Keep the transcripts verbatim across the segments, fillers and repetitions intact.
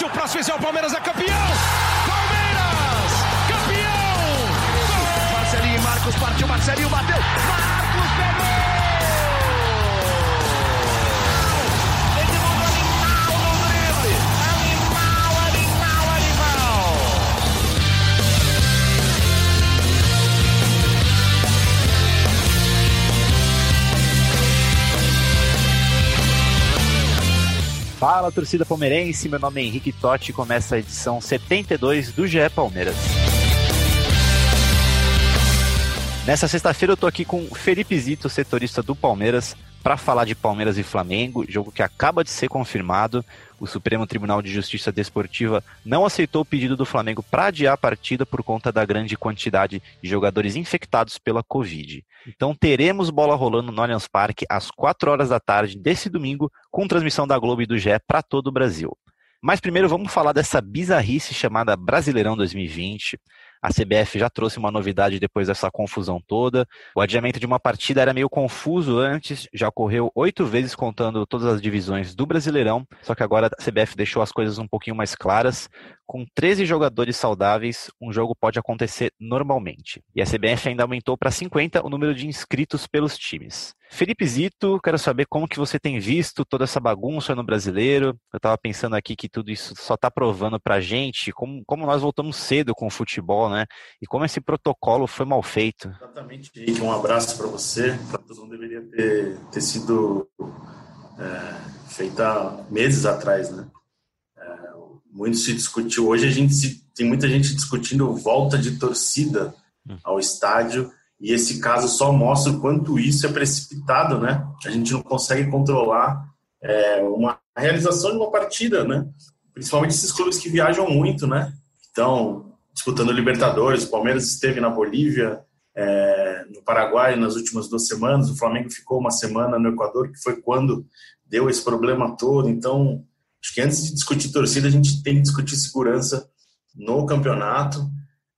o próximo é o Palmeiras é campeão! Palmeiras! Campeão! Gol! Marcelinho e Marcos, partiu Marcelinho, bateu! Marcos pegou! Edmundo animal no drible! Animal, animal, animal! Fala, torcida palmeirense, meu nome é Henrique Totti e começa a edição setenta e dois do G E Palmeiras. Nessa sexta-feira eu tô aqui com Felipe Zito, setorista do Palmeiras, para falar de Palmeiras e Flamengo, jogo que acaba de ser confirmado. O Supremo Tribunal de Justiça Desportiva não aceitou o pedido do Flamengo para adiar a partida por conta da grande quantidade de jogadores infectados pela Covid. Então teremos bola rolando no Allianz Parque às quatro horas da tarde desse domingo, com transmissão da Globo e do G E para todo o Brasil. Mas primeiro vamos falar dessa bizarrice chamada Brasileirão dois mil e vinte. A C B F já trouxe uma novidade depois dessa confusão toda. O adiamento de uma partida era meio confuso antes, já ocorreu oito vezes contando todas as divisões do Brasileirão, só que agora a C B F deixou as coisas um pouquinho mais claras. Com treze jogadores saudáveis, um jogo pode acontecer normalmente. E a C B F ainda aumentou para cinquenta o número de inscritos pelos times. Felipe Zito, quero saber como que você tem visto toda essa bagunça no Brasileiro. Eu estava pensando aqui que tudo isso só está provando pra gente como, como nós voltamos cedo com o futebol, né? E como esse protocolo foi mal feito. Exatamente, Henrique. Um abraço para você. A decisão deveria ter, ter sido é, feita meses atrás, né? É, muito se discutiu. Hoje a gente se, tem muita gente discutindo volta de torcida ao estádio. E esse caso só mostra o quanto isso é precipitado, né? A gente não consegue controlar é, uma a realização de uma partida, né? Principalmente esses clubes que viajam muito, né? Então, disputando Libertadores, o Palmeiras esteve na Bolívia, é, no Paraguai nas últimas duas semanas, o Flamengo ficou uma semana no Equador, que foi quando deu esse problema todo. Então, acho que antes de discutir torcida, a gente tem que discutir segurança no campeonato.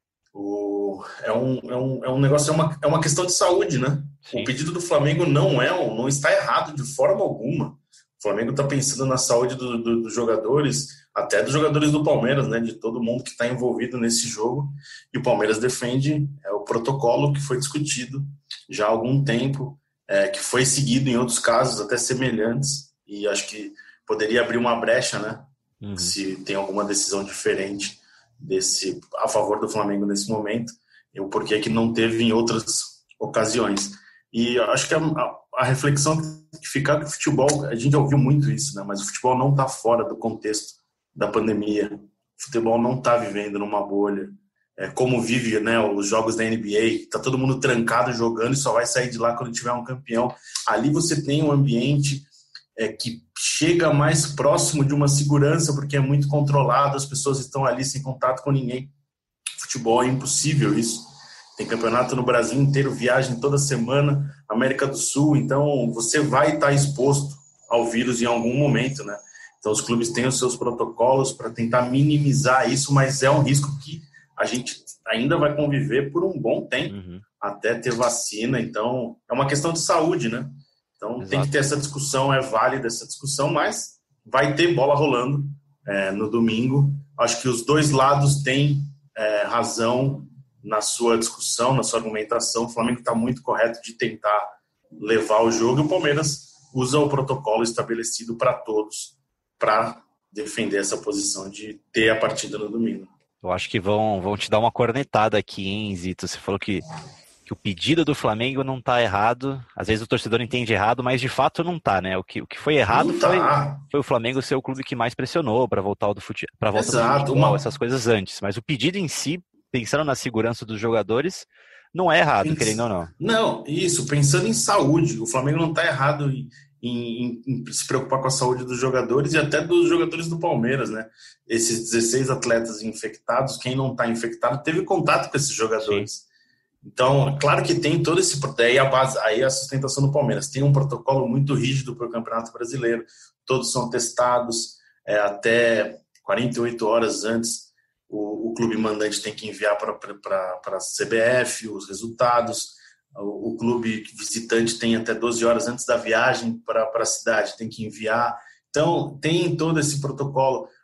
O, é, um, é, um, é um negócio, é uma, é uma questão de saúde, né? Sim. O pedido do Flamengo não é, não está errado de forma alguma. O Flamengo está pensando na saúde do, do, dos jogadores, até dos jogadores do Palmeiras, né? De todo mundo que está envolvido nesse jogo. E o Palmeiras defende é, o protocolo que foi discutido já há algum tempo, é, que foi seguido em outros casos até semelhantes. E acho que poderia abrir uma brecha, né? Uhum. Se tem alguma decisão diferente desse, a favor do Flamengo nesse momento, e o porquê que não teve em outras ocasiões. E acho que a, a, a reflexão que fica que o futebol, a gente já ouviu muito isso, né? Mas o futebol não está fora do contexto da pandemia. O futebol não está vivendo numa bolha. É como vive, né, os jogos da N B A, está todo mundo trancado jogando e só vai sair de lá quando tiver um campeão. Ali você tem um ambiente é, que chega mais próximo de uma segurança, porque é muito controlado, as pessoas estão ali sem contato com ninguém. Futebol é impossível isso. Tem campeonato no Brasil inteiro, viagem toda semana, América do Sul, então você vai estar exposto ao vírus em algum momento, né? Então os clubes têm os seus protocolos para tentar minimizar isso, mas é um risco que a gente ainda vai conviver por um bom tempo, uhum. até ter vacina. Então é uma questão de saúde, né? Então Exato. Tem que ter essa discussão, é válida essa discussão, mas vai ter bola rolando é, no domingo. Acho que os dois lados têm é, razão na sua discussão, na sua argumentação. O Flamengo está muito correto de tentar levar o jogo e o Palmeiras usa o protocolo estabelecido para todos para defender essa posição de ter a partida no domingo. Eu acho que vão, vão te dar uma cornetada aqui, hein, Zito? Você falou que, que o pedido do Flamengo não está errado. Às vezes o torcedor entende errado, mas de fato não está, né? O que, o que foi errado foi, foi o Flamengo ser o clube que mais pressionou para voltar do fute... para volta Exato, do futebol, uma... essas coisas antes. Mas o pedido em si, pensando na segurança dos jogadores, não é errado, Pens... querendo ou não. Não, isso, pensando em saúde, o Flamengo não está errado em, em, em se preocupar com a saúde dos jogadores e até dos jogadores do Palmeiras, né? Esses dezesseis atletas infectados, quem não está infectado teve contato com esses jogadores. Sim. Então, claro que tem todo esse... Aí a, base, aí a sustentação do Palmeiras. Tem um protocolo muito rígido para o Campeonato Brasileiro. Todos são testados é, até quarenta e oito horas antes. O, o clube mandante tem que enviar para a C B F os resultados. O, o clube visitante tem até doze horas antes da viagem para a cidade, tem que enviar. Então, tem todo esse protocolo.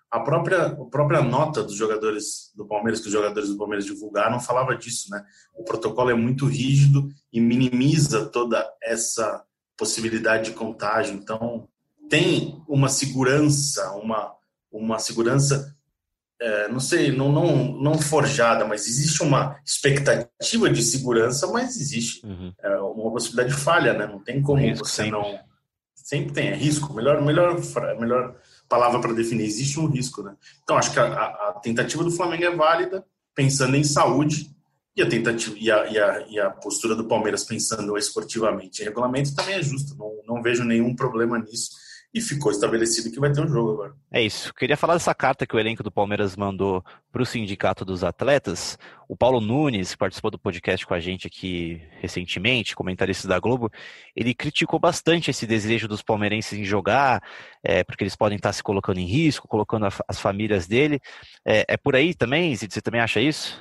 A própria, a própria nota dos jogadores do Palmeiras, que os jogadores do Palmeiras divulgaram, falava disso, né? O protocolo é muito rígido e minimiza toda essa possibilidade de contágio. Então, tem uma segurança, uma, uma segurança, é, não sei, não, não, não forjada, mas existe uma expectativa de segurança, mas existe uhum. é, uma possibilidade de falha, né? Não tem como risco, você sempre. não... Sempre tem, é risco. Melhor, melhor, melhor palavra para definir, existe um risco, né? Então, acho que a, a tentativa do Flamengo é válida, pensando em saúde, e a tentativa e a, e a, e a postura do Palmeiras pensando esportivamente em regulamento também é justa. Não, não vejo nenhum problema nisso. E ficou estabelecido que vai ter um jogo agora. É isso. Queria falar dessa carta que o elenco do Palmeiras mandou para o Sindicato dos Atletas. O Paulo Nunes, que participou do podcast com a gente aqui recentemente, comentarista da Globo, ele criticou bastante esse desejo dos palmeirenses em jogar, é, porque eles podem estar se colocando em risco, colocando a, as famílias dele. É, é por aí também, Zito? Você também acha isso?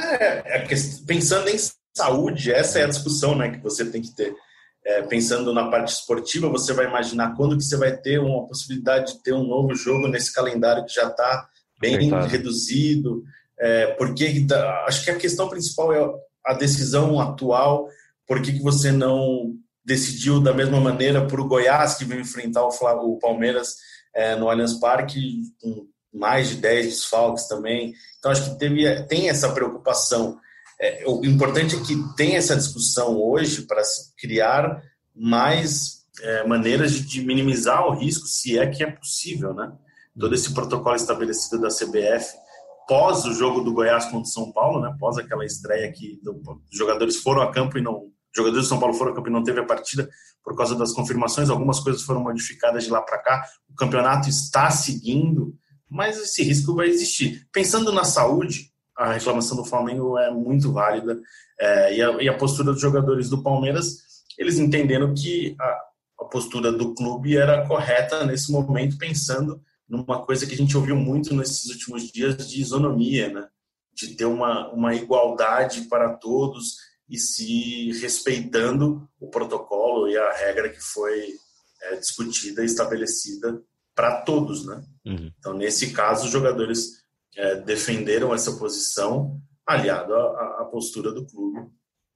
É, é pensando em saúde, essa é a discussão, né, que você tem que ter. É, pensando na parte esportiva, você vai imaginar quando que você vai ter uma possibilidade de ter um novo jogo nesse calendário que já está bem Acertado. reduzido. É, porque acho que a questão principal é a decisão atual. Por que, que você não decidiu da mesma maneira para o Goiás, que veio enfrentar o, o Palmeiras é, no Allianz Parque, com mais de dez desfalques também. Então, acho que teve, tem essa preocupação. É, o importante é que tem essa discussão hoje para criar mais é, maneiras de, de minimizar o risco, se é que é possível, né? Todo esse protocolo estabelecido da C B F, pós o jogo do Goiás contra o São Paulo, né? Pós aquela estreia que do, os jogadores foram a campo e não... Os jogadores do São Paulo foram a campo e não teve a partida por causa das confirmações, algumas coisas foram modificadas de lá para cá, o campeonato está seguindo, mas esse risco vai existir. Pensando na saúde, a reclamação do Flamengo é muito válida, é, e, a, e a postura dos jogadores do Palmeiras, eles entenderam que a, a postura do clube era correta nesse momento, pensando numa coisa que a gente ouviu muito nesses últimos dias de isonomia, né? De ter uma, uma igualdade para todos e se respeitando o protocolo e a regra que foi é, discutida e estabelecida para todos, né? Uhum. Então, nesse caso, os jogadores É, defenderam essa posição aliado à, à postura do clube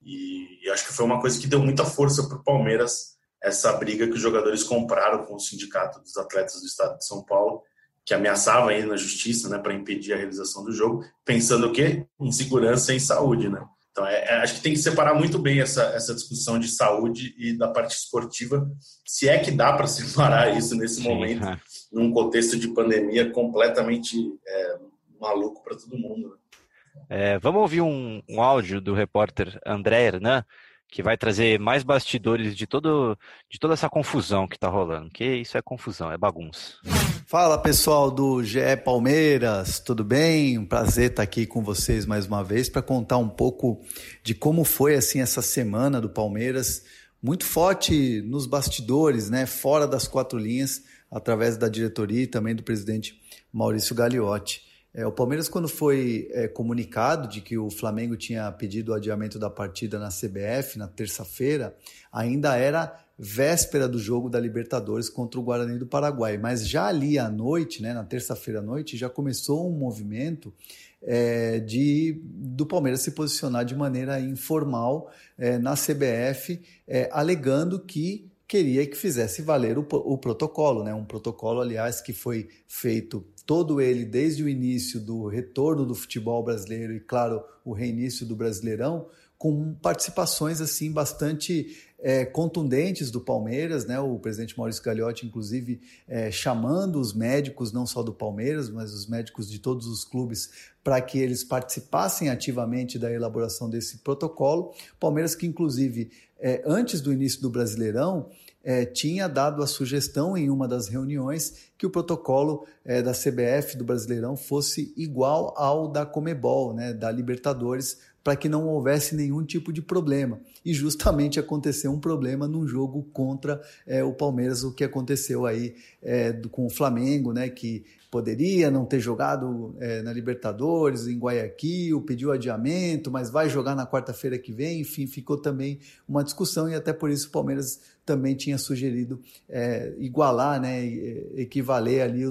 e, e acho que foi uma coisa que deu muita força para o Palmeiras, essa briga que os jogadores compraram com o Sindicato dos Atletas do Estado de São Paulo, que ameaçava ir na justiça, né, para impedir a realização do jogo, pensando o quê? Em segurança e em saúde, né? Então é, é, acho que tem que separar muito bem essa, essa discussão de saúde e da parte esportiva, se é que dá para separar isso nesse Sim, momento, é. num contexto de pandemia completamente é, maluco para todo mundo. Né? É, vamos ouvir um, um áudio do repórter André Hernan, que vai trazer mais bastidores de, todo, de toda essa confusão que está rolando, que isso é confusão, é bagunça. Fala pessoal do G E Palmeiras, tudo bem? Um prazer estar aqui com vocês mais uma vez para contar um pouco de como foi assim essa semana do Palmeiras, muito forte nos bastidores, né? Fora das quatro linhas, através da diretoria e também do presidente Maurício Gagliotti. É, o Palmeiras, quando foi é, comunicado de que o Flamengo tinha pedido o adiamento da partida na C B F na terça-feira, ainda era véspera do jogo da Libertadores contra o Guarani do Paraguai. Mas já ali à noite, né, na terça-feira à noite, já começou um movimento é, de, do Palmeiras se posicionar de maneira informal é, na C B F, é, alegando que queria que fizesse valer o, o protocolo, né? Um protocolo, aliás, que foi feito todo ele desde o início do retorno do futebol brasileiro e, claro, o reinício do Brasileirão, com participações assim bastante é, contundentes do Palmeiras, né? O presidente Maurício Gagliotti, inclusive, é, chamando os médicos, não só do Palmeiras, mas os médicos de todos os clubes, para que eles participassem ativamente da elaboração desse protocolo. Palmeiras que, inclusive, é, antes do início do Brasileirão, É, tinha dado a sugestão em uma das reuniões que o protocolo é, da C B F do Brasileirão fosse igual ao da Conmebol, né, da Libertadores, para que não houvesse nenhum tipo de problema. E justamente aconteceu um problema num jogo contra é, o Palmeiras, o que aconteceu aí é, do, com o Flamengo, né, que poderia não ter jogado é, na Libertadores, em Guayaquil, pediu adiamento, mas vai jogar na quarta-feira que vem, enfim, ficou também uma discussão e até por isso o Palmeiras também tinha sugerido é, igualar, né, equivaler ali os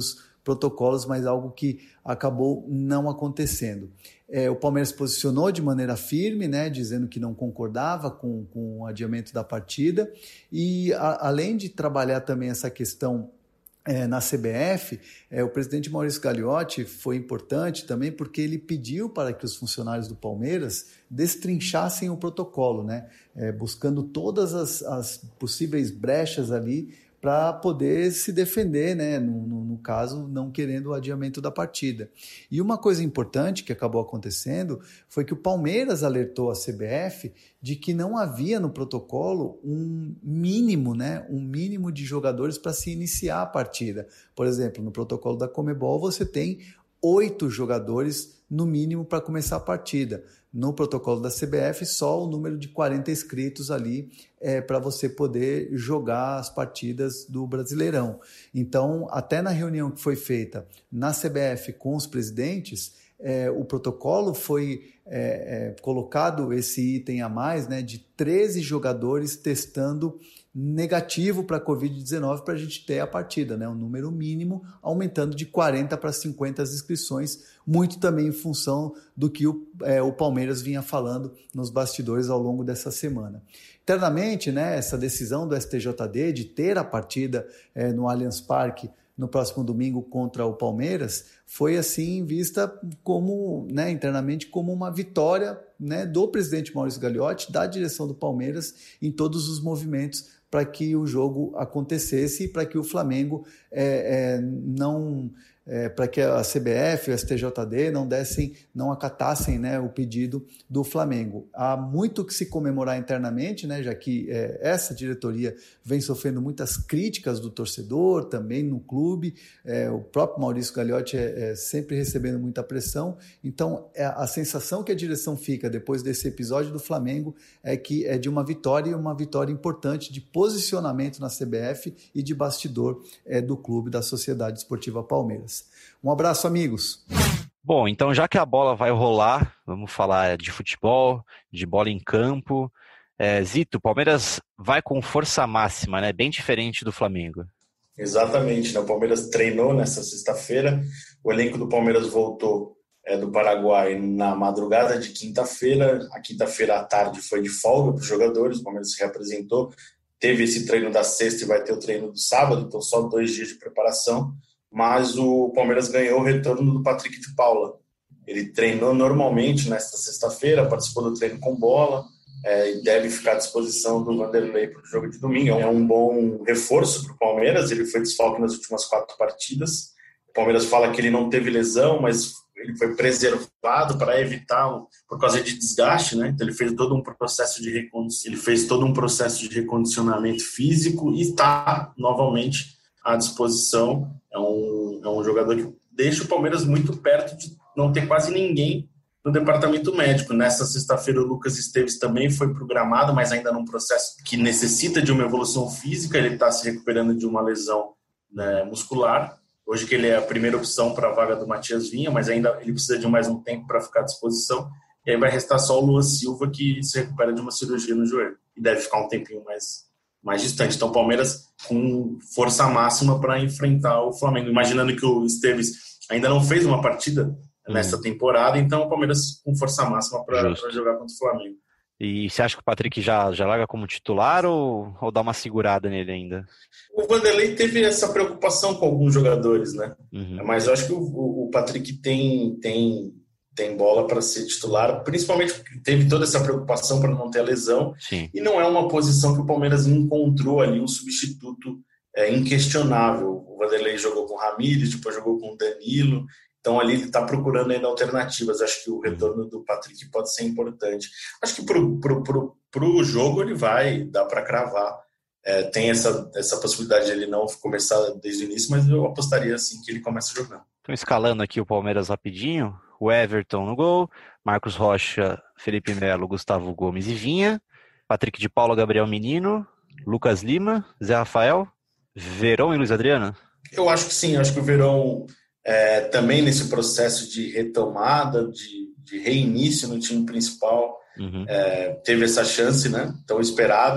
protocolos, mas algo que acabou não acontecendo. É, o Palmeiras posicionou de maneira firme, né, dizendo que não concordava com, com o adiamento da partida, e a, além de trabalhar também essa questão É, na C B F, é, o presidente Maurício Gagliotti foi importante também porque ele pediu para que os funcionários do Palmeiras destrinchassem o protocolo, né? É, buscando todas as, as possíveis brechas ali para poder se defender, né? No, no, no caso, não querendo o adiamento da partida. E uma coisa importante que acabou acontecendo foi que o Palmeiras alertou a C B F de que não havia no protocolo um mínimo, né? Um mínimo de jogadores para se iniciar a partida. Por exemplo, no protocolo da Conmebol você tem oito jogadores no mínimo para começar a partida. No protocolo da C B F, só o número de quarenta inscritos ali é, para você poder jogar as partidas do Brasileirão. Então, até na reunião que foi feita na C B F com os presidentes, é, o protocolo foi é, é, colocado esse item a mais, né, de treze jogadores testando negativo para a covid dezenove para a gente ter a partida, né? Um número mínimo, aumentando de quarenta para cinquenta as inscrições, muito também em função do que o, é, o Palmeiras vinha falando nos bastidores ao longo dessa semana. Internamente, né, essa decisão do S T J D de ter a partida é, no Allianz Parque no próximo domingo contra o Palmeiras foi assim vista como, né, internamente como uma vitória, né, do presidente Maurício Gagliotti, da direção do Palmeiras em todos os movimentos para que o jogo acontecesse e para que o Flamengo é, é, não... É, para que a C B F e o S T J D não dessem, não acatassem, né, o pedido do Flamengo. Há muito que se comemorar internamente, né, já que é, essa diretoria vem sofrendo muitas críticas do torcedor, também no clube, é, o próprio Maurício Gagliotti é, é sempre recebendo muita pressão, então é, a sensação que a direção fica depois desse episódio do Flamengo é que é de uma vitória, e uma vitória importante de posicionamento na C B F e de bastidor é, do clube, da Sociedade Esportiva Palmeiras. Um abraço, amigos. Bom, então já que a bola vai rolar, vamos falar de futebol, de bola em campo. É, Zito, o Palmeiras vai com força máxima, né? Bem diferente do Flamengo. Exatamente, né? O Palmeiras treinou nessa sexta-feira, o elenco do Palmeiras voltou é, do Paraguai na madrugada de quinta-feira, a quinta-feira à tarde foi de folga para os jogadores, o Palmeiras se reapresentou, teve esse treino da sexta e vai ter o treino do sábado, então só dois dias de preparação. Mas o Palmeiras ganhou o retorno do Patrick de Paula. Ele treinou normalmente nesta sexta-feira, participou do treino com bola, é, e deve ficar à disposição do Vanderlei para o jogo de domingo. É um bom reforço para o Palmeiras, ele foi desfalque nas últimas quatro partidas. O Palmeiras fala que ele não teve lesão, mas ele foi preservado para evitar, por causa de desgaste, né? Então ele fez todo um processo de recondicionamento, ele fez todo um processo de recondicionamento físico e está novamente à disposição. É um, é um jogador que deixa o Palmeiras muito perto de não ter quase ninguém no departamento médico. Nessa sexta-feira o Lucas Esteves também foi programado, mas ainda num processo que necessita de uma evolução física. Ele está se recuperando de uma lesão, né, muscular. Hoje que ele é a primeira opção para a vaga do Matias Vinha, mas ainda ele precisa de mais um tempo para ficar à disposição. E aí vai restar só o Luan Silva, que se recupera de uma cirurgia no joelho e deve ficar um tempinho mais mais distante. Então, o Palmeiras com força máxima para enfrentar o Flamengo. Imaginando que o Esteves ainda não fez uma partida hum. nessa temporada, então o Palmeiras com força máxima para jogar contra o Flamengo. E você acha que o Patrick já, já larga como titular ou, ou dá uma segurada nele ainda? O Vanderlei teve essa preocupação com alguns jogadores, né? Uhum. Mas eu acho que o, o Patrick tem... tem tem bola para ser titular, principalmente porque teve toda essa preocupação para não ter a lesão. Sim. E não é uma posição que o Palmeiras encontrou ali um substituto é, inquestionável. O Vanderlei jogou com o Ramírez, depois jogou com o Danilo, então ali ele está procurando ainda alternativas. Acho que o retorno do Patrick pode ser importante. Acho que para o pro, pro, pro jogo ele vai, dá para cravar. É, tem essa, essa possibilidade de ele não começar desde o início, mas eu apostaria assim que ele começa jogando. Então, escalando aqui o Palmeiras rapidinho, o Everton no gol, Marcos Rocha, Felipe Melo, Gustavo Gomes e Vinha, Patrick de Paula, Gabriel Menino, Lucas Lima, Zé Rafael, Verón e Luiz Adriano? Eu acho que sim, acho que o Verón é, também nesse processo de retomada, de, de reinício no time principal, uhum. é, teve essa chance, né, tão esperada.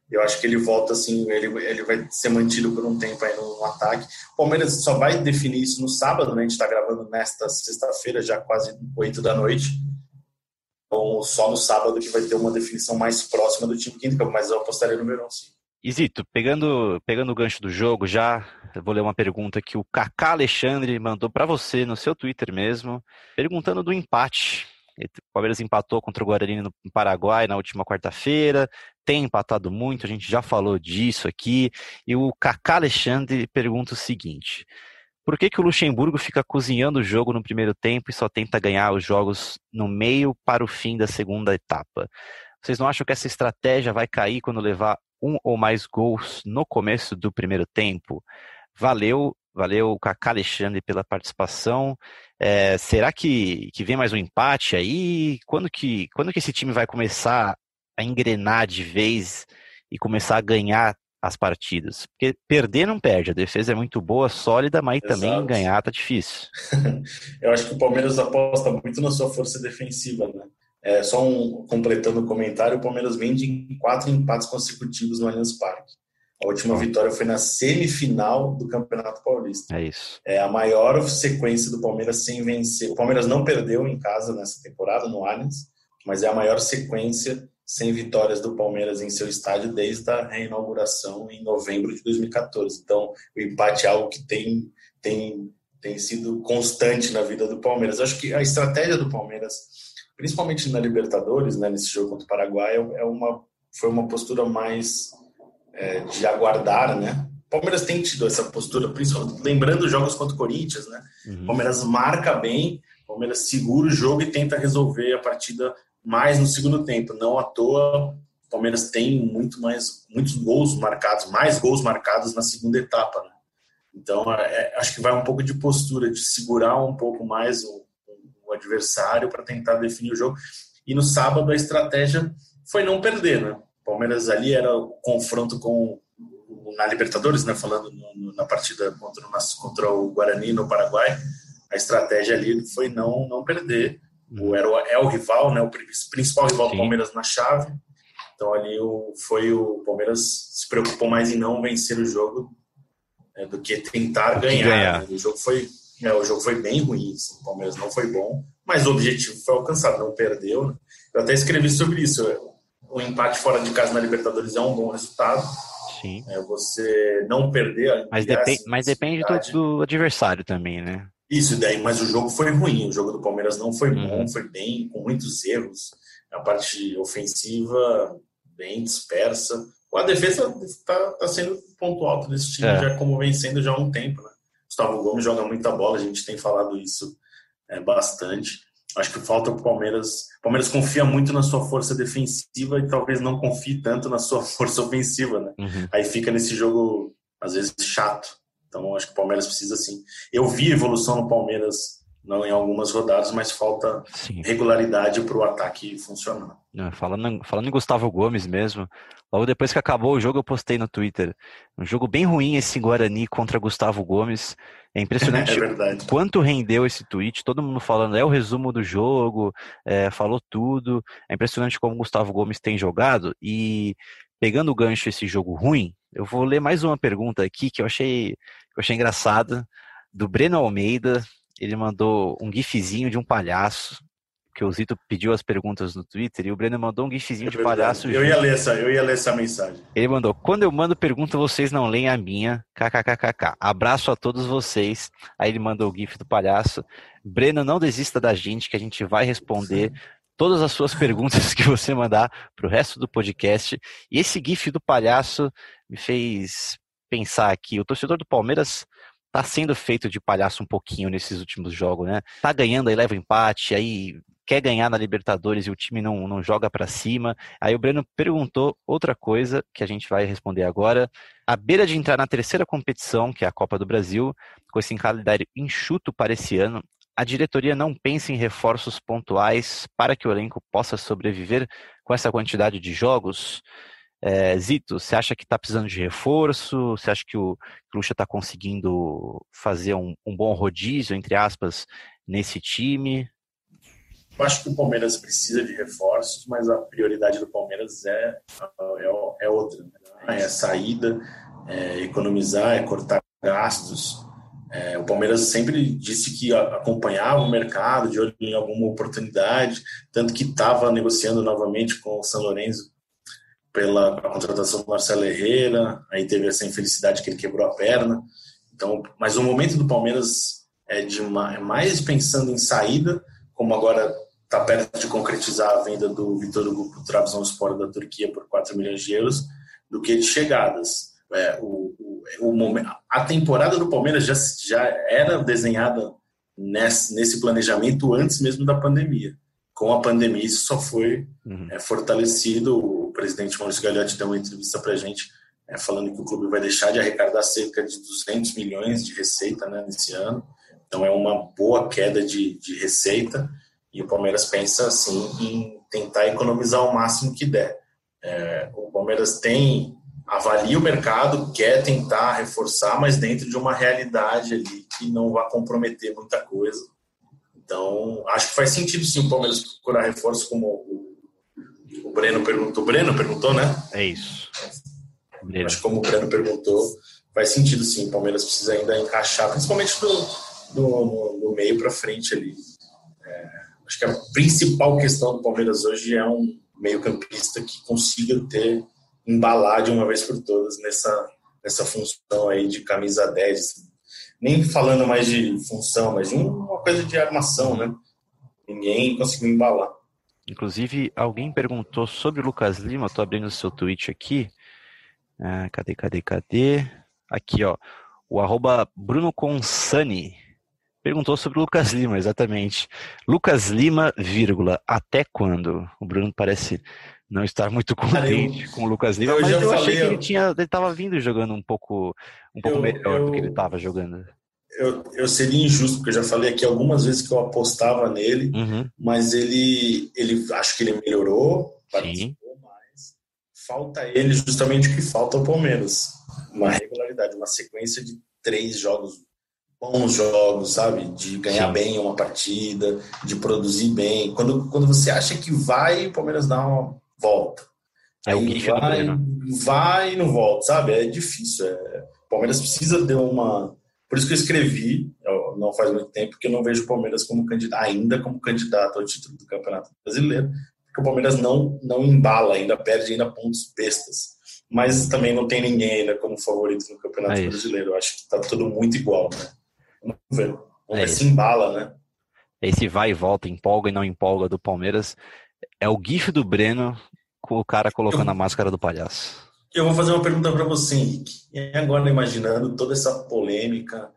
Eu acho que ele volta assim, ele, ele vai ser mantido por um tempo aí no, no ataque. O Palmeiras só vai definir isso no sábado, né? A gente está gravando nesta sexta-feira, já quase oito da noite. Então, só no sábado que vai ter uma definição mais próxima do time quinto, mas eu apostaria no Verón, sim. E Zito, pegando, pegando o gancho do jogo, já eu vou ler uma pergunta que o Kaká Alexandre mandou para você no seu Twitter mesmo, perguntando do empate. O Palmeiras empatou contra o Guarani no Paraguai na última quarta-feira, tem empatado muito, a gente já falou disso aqui, e o Kaká Alexandre pergunta o seguinte: por que que o Luxemburgo fica cozinhando o jogo no primeiro tempo e só tenta ganhar os jogos no meio para o fim da segunda etapa? Vocês não acham que essa estratégia vai cair quando levar um ou mais gols no começo do primeiro tempo? Valeu, valeu Kaká Alexandre pela participação. É, será que, que vem mais um empate aí? Quando que, quando que esse time vai começar a engrenar de vez e começar a ganhar as partidas? Porque perder não perde, a defesa é muito boa, sólida, mas Exato. Também ganhar tá difícil. Eu acho que o Palmeiras aposta muito na sua força defensiva, né? É, só um, completando o comentário, o Palmeiras vem de quatro empates consecutivos no Allianz Parque. A última vitória foi na semifinal do Campeonato Paulista. É isso. É a maior sequência do Palmeiras sem vencer. O Palmeiras não perdeu em casa nessa temporada, no Allianz, mas é a maior sequência sem vitórias do Palmeiras em seu estádio desde a reinauguração em novembro de dois mil e catorze. Então, o empate é algo que tem, tem, tem sido constante na vida do Palmeiras. Eu acho que a estratégia do Palmeiras, principalmente na Libertadores, né, nesse jogo contra o Paraguai, é uma, foi uma postura mais é, de aguardar, né? O Palmeiras tem tido essa postura, principalmente lembrando os jogos contra o Corinthians, né? Uhum. O Palmeiras marca bem, o Palmeiras segura o jogo e tenta resolver a partida mais no segundo tempo. Não à toa, o Palmeiras tem muito mais, muitos gols marcados, mais gols marcados na segunda etapa, né? Então, é, acho que vai um pouco de postura, de segurar um pouco mais o o adversário para tentar definir o jogo. E no sábado a estratégia foi não perder, né? O Palmeiras ali era o confronto com na Libertadores, né? Falando no, na partida contra, contra o Guarani no Paraguai, a estratégia ali foi não, não perder. O, era o, é o rival, né? O principal rival Sim. do Palmeiras na chave. Então ali o, foi o Palmeiras se preocupou mais em não vencer o jogo é, do que tentar ganhar. ganhar. Né? O jogo foi É, o jogo foi bem ruim, assim, o Palmeiras não foi bom, mas o objetivo foi alcançado, não perdeu, né? Eu até escrevi sobre isso, o empate fora de casa na Libertadores é um bom resultado. Sim. É, você não perder... Mas, depend, mas depende do, do adversário também, né? Isso, daí, mas o jogo foi ruim, o jogo do Palmeiras não foi uhum. bom, foi bem, com muitos erros, a parte ofensiva bem dispersa. A defesa está tá sendo o ponto alto desse time, é. já como vem sendo já há um tempo, né? Gustavo Gomes joga muita bola, a gente tem falado isso é, bastante. Acho que falta o Palmeiras. O Palmeiras confia muito na sua força defensiva e talvez não confie tanto na sua força ofensiva, né? Uhum. Aí fica nesse jogo, às vezes, chato. Então, acho que o Palmeiras precisa, sim. Eu vi evolução no Palmeiras, não em algumas rodadas, mas falta sim. regularidade para o ataque funcionar. Falando, falando em Gustavo Gomes mesmo, logo depois que acabou o jogo eu postei no Twitter, um jogo bem ruim esse Guarani contra Gustavo Gomes, é impressionante é quanto rendeu esse tweet, todo mundo falando, é o resumo do jogo, é, falou tudo, é impressionante como o Gustavo Gomes tem jogado, e pegando o gancho esse jogo ruim, eu vou ler mais uma pergunta aqui que eu achei, que eu achei engraçada, do Breno Almeida. Ele mandou um gifzinho de um palhaço, que o Zito pediu as perguntas no Twitter, e o Breno mandou um gifzinho é de palhaço. Eu ia, ler essa, eu ia ler essa mensagem. Ele mandou, quando eu mando pergunta, vocês não leem a minha, kkkk. Abraço a todos vocês. Aí ele mandou o gif do palhaço. Breno, não desista da gente, que a gente vai responder todas as suas perguntas que você mandar pro resto do podcast. E esse gif do palhaço me fez pensar aqui, o torcedor do Palmeiras tá sendo feito de palhaço um pouquinho nesses últimos jogos, né? Tá ganhando, aí leva empate, aí quer ganhar na Libertadores e o time não, não joga pra cima. Aí o Breno perguntou outra coisa que a gente vai responder agora. À beira de entrar na terceira competição, que é a Copa do Brasil, com esse calendário enxuto para esse ano, a diretoria não pensa em reforços pontuais para que o elenco possa sobreviver com essa quantidade de jogos? É, Zito, você acha que está precisando de reforço? Você acha que o Lucha está conseguindo fazer um, um bom rodízio, entre aspas, nesse time? Eu acho que o Palmeiras precisa de reforços, mas a prioridade do Palmeiras é, é, é outra. Né? É a saída, é economizar, é cortar gastos. É, o Palmeiras sempre disse que acompanhava o mercado, de olho em alguma oportunidade, tanto que estava negociando novamente com o São Lourenço pela contratação do Marcelo Herrera, aí teve essa infelicidade que ele quebrou a perna. Então, mas o momento do Palmeiras é, de uma, é mais pensando em saída, como agora está perto de concretizar a venda do Vitor Hugo para o Trabzonspor da Turquia por quatro milhões de euros, do que de chegadas. É, o, o, o momento, a temporada do Palmeiras já, já era desenhada nesse, nesse planejamento antes mesmo da pandemia. Com a pandemia isso só foi uhum. é, fortalecido. O presidente Maurício Gagliotti deu uma entrevista para a gente é, falando que o clube vai deixar de arrecadar cerca de duzentos milhões de receita, né, nesse ano. Então é uma boa queda de, de receita e o Palmeiras pensa assim em tentar economizar o máximo que der. É, o Palmeiras tem avalia o mercado, quer tentar reforçar, mas dentro de uma realidade ali que não vai comprometer muita coisa. Então, acho que faz sentido sim o Palmeiras procurar reforço, como o, o Breno perguntou. O Breno perguntou, né? É isso. É, acho que como o Breno perguntou, faz sentido sim. O Palmeiras precisa ainda encaixar, principalmente do, do, no, no meio para frente ali. É, acho que a principal questão do Palmeiras hoje é um meio-campista que consiga ter embalar de uma vez por todas nessa, nessa função aí de camisa dez. Nem falando mais de função, mas de uma coisa de armação, né? Ninguém conseguiu embalar. Inclusive, alguém perguntou sobre o Lucas Lima. Estou abrindo o seu tweet aqui. Ah, cadê, cadê, cadê? Aqui, ó. O arroba Bruno Consani perguntou sobre o Lucas Lima, exatamente. Lucas Lima, vírgula, até quando? O Bruno parece não estar muito contente eu, com o Lucas Lima, eu mas eu falei, achei que ele tinha, ele estava vindo jogando um pouco, um pouco eu, melhor eu, do que ele estava jogando. Eu, eu seria injusto, porque eu já falei aqui algumas vezes que eu apostava nele, uhum. mas ele, ele, acho que ele melhorou, participou mais. Falta ele justamente o que falta ao Palmeiras. Uma regularidade, uma sequência de três jogos, bons jogos, sabe? De ganhar Sim. bem uma partida, de produzir bem. Quando, quando você acha que vai, o Palmeiras dá uma volta. É Aí o GIF do Breno. Vai e não volta, sabe? É difícil. É... O Palmeiras precisa de uma... Por isso que eu escrevi, não faz muito tempo, que eu não vejo o Palmeiras como candidato, ainda como candidato ao título do Campeonato Brasileiro, porque o Palmeiras não, não embala ainda, perde ainda pontos bestas. Mas também não tem ninguém ainda como favorito no Campeonato é Brasileiro. Eu acho que está tudo muito igual, né? Vamos ver. Vamos é ver se embala, né? Esse vai e volta, empolga e não empolga do Palmeiras. É o GIF do Breno com o cara colocando eu, a máscara do palhaço. Eu vou fazer uma pergunta para você, Henrique. E agora, imaginando toda essa polêmica,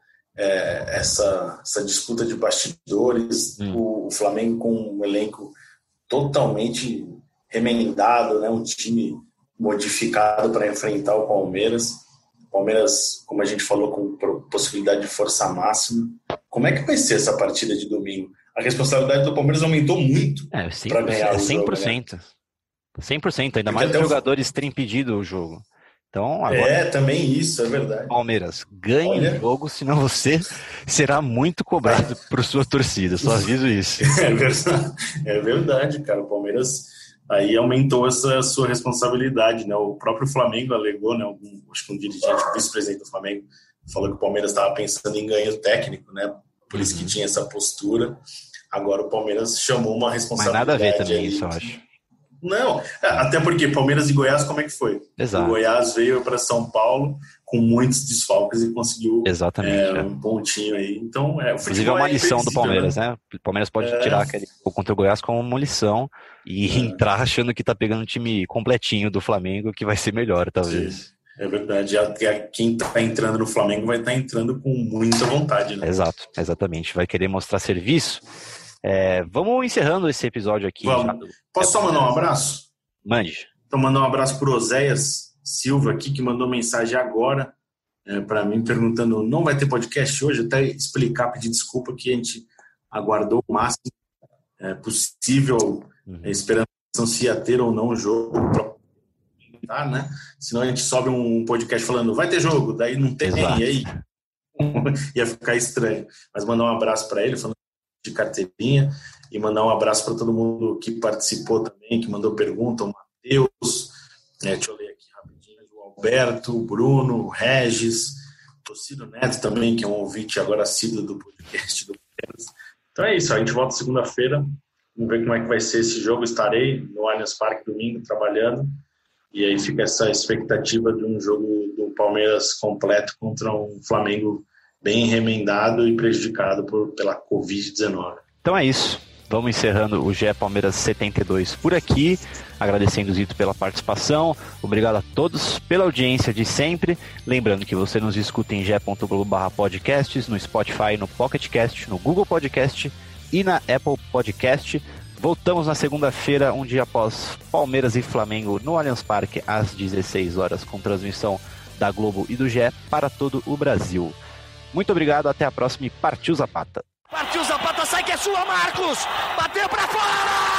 é, essa, essa disputa de bastidores, hum. o, o Flamengo com um elenco totalmente remendado, né? Um time modificado para enfrentar o Palmeiras. O Palmeiras, como a gente falou, com possibilidade de força máxima. Como é que vai ser essa partida de domingo? A responsabilidade do Palmeiras aumentou muito é, para ganhar o cem por cento. Jogo, né? cem por cento, ainda Porque mais os jogadores o... terem pedido o jogo. Então, agora, é, também isso, é verdade. Palmeiras, ganhe Olha... o jogo, senão você será muito cobrado por sua torcida, só aviso isso. É verdade, é verdade, cara. O Palmeiras aí aumentou essa sua responsabilidade, né? O próprio Flamengo alegou, né? Algum, acho que um dirigente, o vice-presidente do Flamengo, falou que o Palmeiras estava pensando em ganho técnico, né? Por isso que tinha essa postura. Agora o Palmeiras chamou uma responsabilidade. Mas nada a ver também isso, eu acho. Não, até porque Palmeiras e Goiás, como é que foi? Exato. O Goiás veio para São Paulo com muitos desfalques e conseguiu Exatamente, é, é. um pontinho aí. Então, é, o Inclusive é uma lição do Palmeiras, né? né? O Palmeiras pode é. tirar aquele contra o Goiás como uma lição e é. entrar achando que tá pegando um time completinho do Flamengo que vai ser melhor, talvez. Sim. É verdade. Quem tá entrando no Flamengo vai estar tá entrando com muita vontade, né? Exato, exatamente. Vai querer mostrar serviço. É, vamos encerrando esse episódio aqui. Já do... Posso só mandar um abraço? Mande. Então, mandar um abraço pro Oséias Silva aqui, que mandou mensagem agora é, para mim, perguntando, não vai ter podcast hoje? Até explicar, pedir desculpa que a gente aguardou o máximo é, possível, uhum. é, esperando se ia ter ou não o jogo para tá, né? Senão a gente sobe um podcast falando, vai ter jogo, daí não tem, Exato. E aí ia ficar estranho. Mas mandar um abraço para ele, falando de carteirinha, e mandar um abraço para todo mundo que participou também, que mandou pergunta, o Matheus, né, deixa eu ler aqui rapidinho, o Alberto, o Bruno, o Regis, o Ciro Neto também, que é um ouvinte agora assíduo do podcast do Palmeiras. Então é isso, a gente volta segunda-feira, vamos ver como é que vai ser esse jogo, estarei no Allianz Parque domingo trabalhando, e aí fica essa expectativa de um jogo do Palmeiras completo contra um Flamengo bem remendado e prejudicado por, pela covid dezenove. Então é isso. Vamos encerrando o G E Palmeiras setenta e dois por aqui. Agradecendo o Zito pela participação. Obrigado a todos pela audiência de sempre. Lembrando que você nos escuta em ge ponto globo barra podcasts, no Spotify, no Pocket Cast, no Google Podcast e na Apple Podcast. Voltamos na segunda-feira, um dia após Palmeiras e Flamengo no Allianz Parque, às dezesseis horas, com transmissão da Globo e do G E para todo o Brasil. Muito obrigado, até a próxima e partiu Zapata! Partiu Zapata, sai que é sua, Marcos! Bateu pra fora!